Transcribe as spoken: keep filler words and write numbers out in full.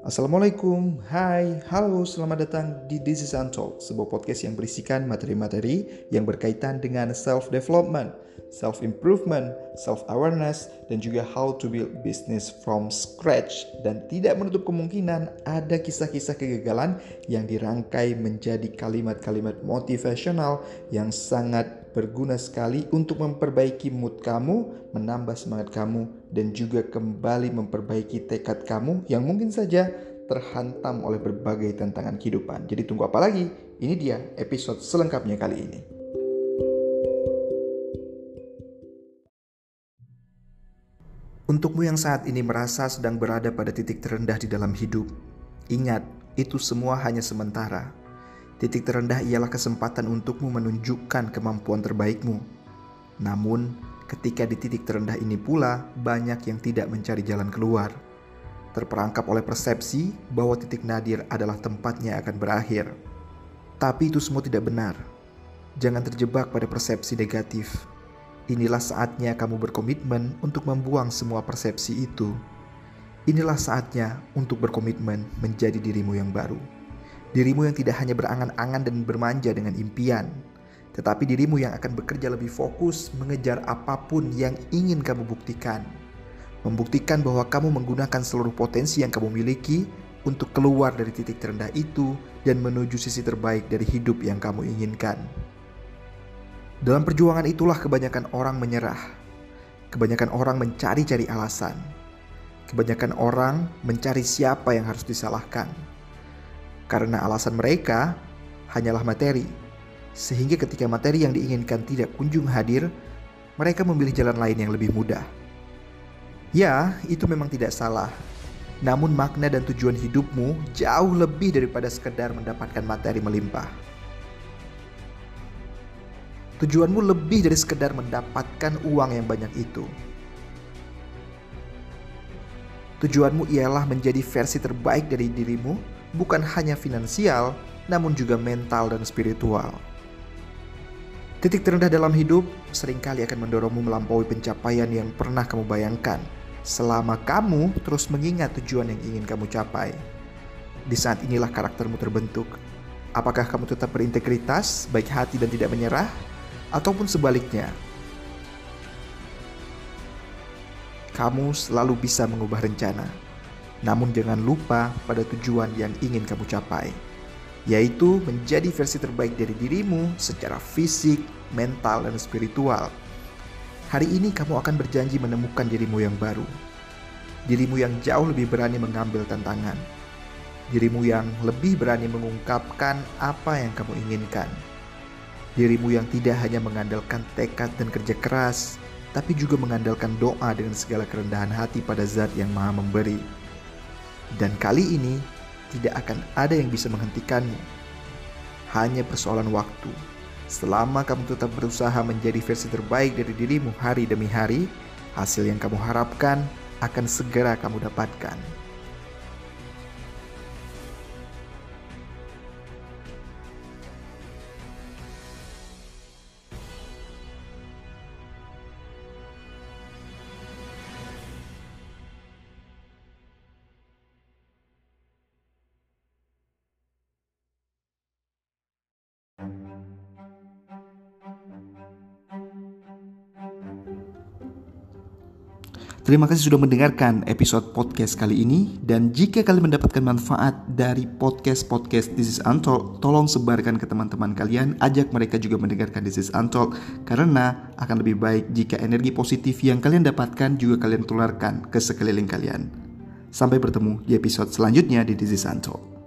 Assalamualaikum, hai, halo, selamat datang di This is Untold, sebuah podcast yang berisikan materi-materi yang berkaitan dengan self-development, self-improvement, self-awareness, dan juga how to build business from scratch. Dan tidak menutup kemungkinan ada kisah-kisah kegagalan yang dirangkai menjadi kalimat-kalimat motivasional yang sangat berguna sekali untuk memperbaiki mood kamu, menambah semangat kamu, dan juga kembali memperbaiki tekad kamu yang mungkin saja terhantam oleh berbagai tantangan kehidupan. Jadi tunggu apa lagi? Ini dia episode selengkapnya kali ini. Untukmu yang saat ini merasa sedang berada pada titik terendah di dalam hidup, ingat, itu semua hanya sementara. Titik terendah ialah kesempatan untukmu menunjukkan kemampuan terbaikmu. Namun, ketika di titik terendah ini pula, banyak yang tidak mencari jalan keluar. Terperangkap oleh persepsi bahwa titik nadir adalah tempatnya akan berakhir. Tapi itu semua tidak benar. Jangan terjebak pada persepsi negatif. Inilah saatnya kamu berkomitmen untuk membuang semua persepsi itu. Inilah saatnya untuk berkomitmen menjadi dirimu yang baru. Dirimu yang tidak hanya berangan-angan dan bermanja dengan impian, tetapi dirimu yang akan bekerja lebih fokus mengejar apapun yang ingin kamu buktikan. Membuktikan bahwa kamu menggunakan seluruh potensi yang kamu miliki untuk keluar dari titik terendah itu dan menuju sisi terbaik dari hidup yang kamu inginkan. Dalam perjuangan itulah kebanyakan orang menyerah. Kebanyakan orang mencari-cari alasan. Kebanyakan orang mencari siapa yang harus disalahkan. Karena alasan mereka hanyalah materi. Sehingga ketika materi yang diinginkan tidak kunjung hadir, mereka memilih jalan lain yang lebih mudah. Ya, itu memang tidak salah. Namun makna dan tujuan hidupmu jauh lebih daripada sekedar mendapatkan materi melimpah. Tujuanmu lebih dari sekedar mendapatkan uang yang banyak itu. Tujuanmu ialah menjadi versi terbaik dari dirimu, bukan hanya finansial, namun juga mental dan spiritual. Titik terendah dalam hidup seringkali akan mendorongmu melampaui pencapaian yang pernah kamu bayangkan, selama kamu terus mengingat tujuan yang ingin kamu capai. Di saat inilah karaktermu terbentuk. Apakah kamu tetap berintegritas, baik hati dan tidak menyerah, ataupun sebaliknya? Kamu selalu bisa mengubah rencana. Namun jangan lupa pada tujuan yang ingin kamu capai, yaitu menjadi versi terbaik dari dirimu secara fisik, mental, dan spiritual. Hari ini kamu akan berjanji menemukan dirimu yang baru. Dirimu yang jauh lebih berani mengambil tantangan. Dirimu yang lebih berani mengungkapkan apa yang kamu inginkan. Dirimu yang tidak hanya mengandalkan tekad dan kerja keras, tapi juga mengandalkan doa dengan segala kerendahan hati pada Zat yang Maha Memberi. Dan kali ini tidak akan ada yang bisa menghentikanmu. Hanya persoalan waktu. Selama kamu tetap berusaha menjadi versi terbaik dari dirimu hari demi hari, hasil yang kamu harapkan akan segera kamu dapatkan. Terima kasih sudah mendengarkan episode podcast kali ini. Dan jika kalian mendapatkan manfaat dari podcast-podcast This is Untold, tolong sebarkan ke teman-teman kalian. Ajak mereka juga mendengarkan This is Untold, karena akan lebih baik jika energi positif yang kalian dapatkan juga kalian tularkan ke sekeliling kalian. Sampai bertemu di episode selanjutnya di This is Untold.